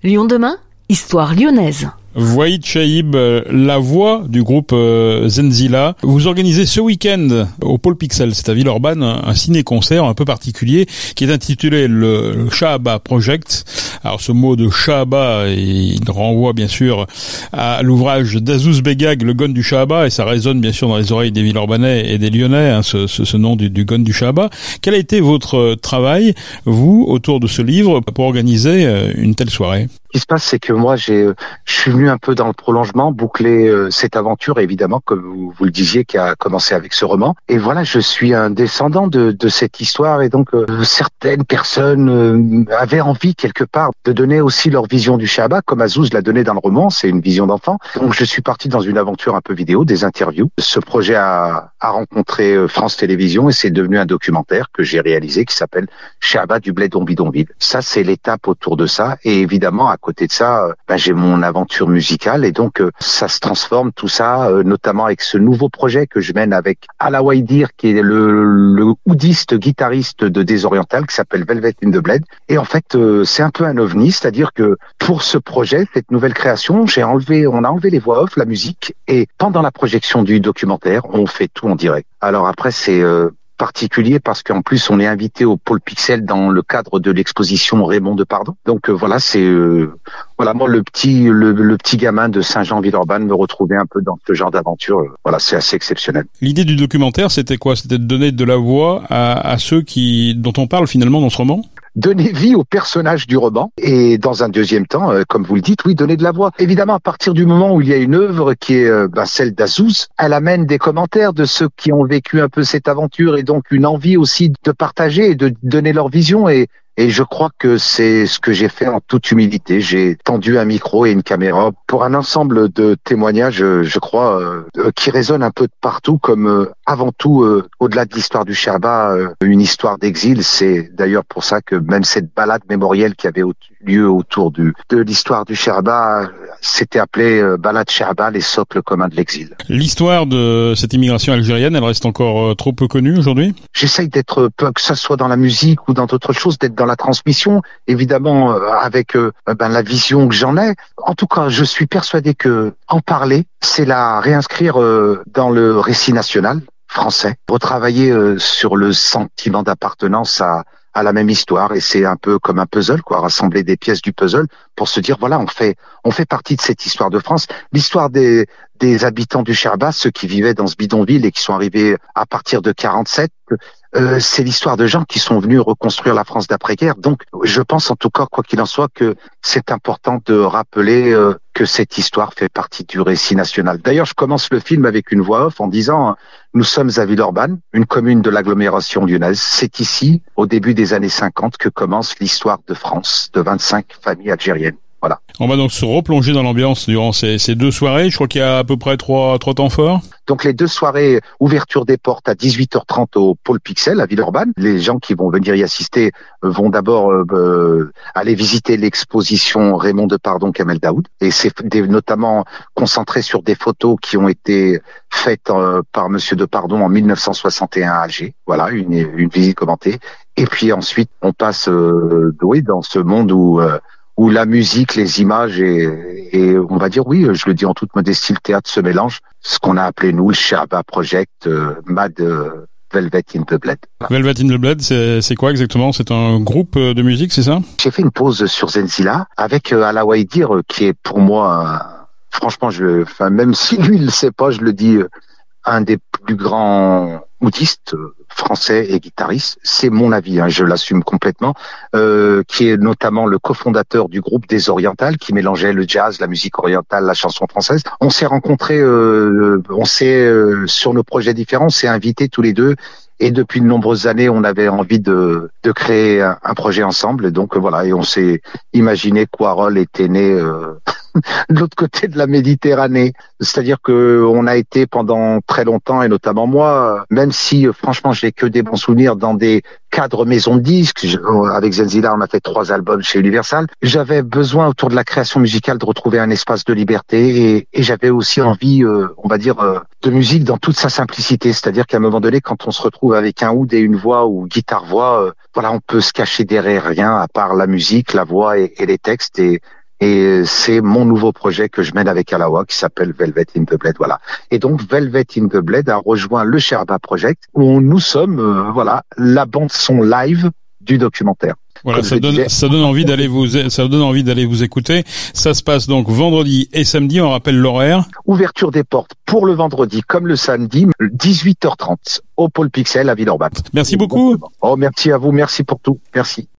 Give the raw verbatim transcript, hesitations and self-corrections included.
Lyon demain, histoire lyonnaise. Wahid Chaïb, la voix du groupe Zenzila. Vous organisez ce week-end au Pôle Pixel, c'est à Villeurbanne, un ciné-concert un peu particulier qui est intitulé le Shahaba Project. Alors ce mot de Shahaba, il renvoie bien sûr à l'ouvrage d'Azouz Begag, le Gone du Shahaba, et ça résonne bien sûr dans les oreilles des Villeurbanais et des Lyonnais, hein, ce, ce, ce nom du, du Gone du Shahaba. Quel a été votre travail, vous, autour de ce livre, pour organiser une telle soirée ? Ce qui se passe, c'est que moi, j'ai, je suis venu un peu dans le prolongement, boucler euh, cette aventure, évidemment, comme vous, vous le disiez, qui a commencé avec ce roman. Et voilà, je suis un descendant de, de cette histoire, et donc euh, certaines personnes euh, avaient envie quelque part de donner aussi leur vision du Shahaba, comme Azouz l'a donné dans le roman. C'est une vision d'enfant. Donc, je suis parti dans une aventure un peu vidéo, des interviews. Ce projet a, a rencontré France Télévisions, et c'est devenu un documentaire que j'ai réalisé qui s'appelle Shahaba du bled en bidonville. Ça, c'est l'étape autour de ça, et évidemment, à côté de ça, ben, j'ai mon aventure musicale et donc euh, ça se transforme tout ça, euh, notamment avec ce nouveau projet que je mène avec Ala Waidir, qui est le, le oudiste guitariste de Désoriental, qui s'appelle Velvet in the Bled. Et en fait, euh, c'est un peu un ovni, c'est-à-dire que pour ce projet, cette nouvelle création, j'ai enlevé, on a enlevé les voix off, la musique, et pendant la projection du documentaire, on fait tout en direct. Alors après, c'est euh, particulier parce qu'en plus on est invité au Pôle Pixel dans le cadre de l'exposition Raymond Depardon. Donc euh, voilà, c'est euh, voilà moi le petit le, le petit gamin de Saint-Jean-Villeurbanne me retrouver un peu dans ce genre d'aventure. Euh, voilà, c'est assez exceptionnel. L'idée du documentaire, c'était quoi ? C'était de donner de la voix à, à ceux qui dont on parle finalement dans ce roman ? Donner vie au personnage du roman et dans un deuxième temps, euh, comme vous le dites, oui, donner de la voix. Évidemment, à partir du moment où il y a une œuvre qui est euh, ben, celle d'Azouz, elle amène des commentaires de ceux qui ont vécu un peu cette aventure et donc une envie aussi de partager et de donner leur vision et Et je crois que c'est ce que j'ai fait en toute humilité. J'ai tendu un micro et une caméra pour un ensemble de témoignages, je crois, euh, qui résonnent un peu de partout, comme euh, avant tout, euh, au-delà de l'histoire du Shahaba, euh, une histoire d'exil. C'est d'ailleurs pour ça que même cette balade mémorielle qui avait au- lieu autour du, de l'histoire du Shahaba, s'était appelée euh, Balade Shahaba, les socles communs de l'exil. L'histoire de cette immigration algérienne, elle reste encore euh, trop peu connue aujourd'hui ? J'essaye d'être, peu que ça soit dans la musique ou dans d'autres choses, d'être dans la transmission, évidemment euh, avec euh, ben, la vision que j'en ai. En tout cas, je suis persuadé que en parler, c'est la réinscrire euh, dans le récit national français, retravailler euh, sur le sentiment d'appartenance à à la même histoire, et c'est un peu comme un puzzle, quoi, rassembler des pièces du puzzle pour se dire voilà, on fait on fait partie de cette histoire de France, l'histoire des des habitants du Shahaba, ceux qui vivaient dans ce bidonville et qui sont arrivés à partir de quarante-sept. Euh, c'est l'histoire de gens qui sont venus reconstruire la France d'après-guerre. Donc, je pense en tout cas, quoi qu'il en soit, que c'est important de rappeler euh, que cette histoire fait partie du récit national. D'ailleurs, je commence le film avec une voix off en disant « Nous sommes à Villeurbanne, une commune de l'agglomération lyonnaise. C'est ici, au début des années cinquante, que commence l'histoire de France, de vingt-cinq familles algériennes. » Voilà. On va donc se replonger dans l'ambiance durant ces, ces deux soirées. Je crois qu'il y a à peu près trois, trois temps forts. Donc les deux soirées, ouverture des portes à dix-huit heures trente au Pôle Pixel à Villeurbanne. Les gens qui vont venir y assister vont d'abord euh, aller visiter l'exposition Raymond Depardon Kamel Daoud. Et c'est des, notamment concentré sur des photos qui ont été faites euh, par Monsieur Depardon en mille neuf cent soixante et un à Alger. Voilà, une, une visite commentée. Et puis ensuite, on passe euh, oui, dans ce monde où... Euh, où la musique, les images et, et on va dire, oui, je le dis en toute modestie, le théâtre se mélange. Ce qu'on a appelé, nous, le Shahaba Project, euh, Mad euh, Velvet in the Bled. Voilà. Velvet in the Bled, c'est, c'est quoi exactement ? C'est un groupe de musique, c'est ça ? J'ai fait une pause sur Zenzila avec euh, Ala Waidir, euh, qui est pour moi, euh, franchement, je, enfin, même si lui, il le sait pas, je le dis, euh, un des plus grands oudistes euh, français et guitariste, c'est mon avis, hein, je l'assume complètement, euh, qui est notamment le cofondateur du groupe Désoriental, qui mélangeait le jazz, la musique orientale, la chanson française. On s'est rencontrés, euh, on s'est euh, sur nos projets différents, on s'est invités tous les deux. Et depuis de nombreuses années, on avait envie de, de créer un, un projet ensemble. Et donc voilà, et on s'est imaginé qu'Warhol était né euh, de l'autre côté de la Méditerranée. C'est-à-dire que on a été pendant très longtemps, et notamment moi, même si franchement j'ai que des bons souvenirs dans des cadres maison de disques. Je, avec Zenzila, on a fait trois albums chez Universal. J'avais besoin autour de la création musicale de retrouver un espace de liberté, et, et j'avais aussi envie, euh, on va dire, euh, de musique dans toute sa simplicité. C'est-à-dire qu'à un moment donné, quand on se retrouve avec un oud et une voix ou guitare-voix, euh, voilà, on peut se cacher derrière rien à part la musique, la voix et, et les textes. Et, Et c'est mon nouveau projet que je mène avec Alawa qui s'appelle Velvet in the Blade. Voilà. Et donc Velvet in the Blade a rejoint le Sherba Project où nous sommes, euh, voilà, la bande son live du documentaire. Voilà, ça donne, disais, ça donne envie d'aller vous, ça donne envie d'aller vous écouter. Ça se passe donc vendredi et samedi. On rappelle l'horaire. Ouverture des portes pour le vendredi comme le samedi, dix-huit heures trente au Pôle Pixel à Villeurbanne. Merci beaucoup. Oh, merci à vous. Merci pour tout. Merci.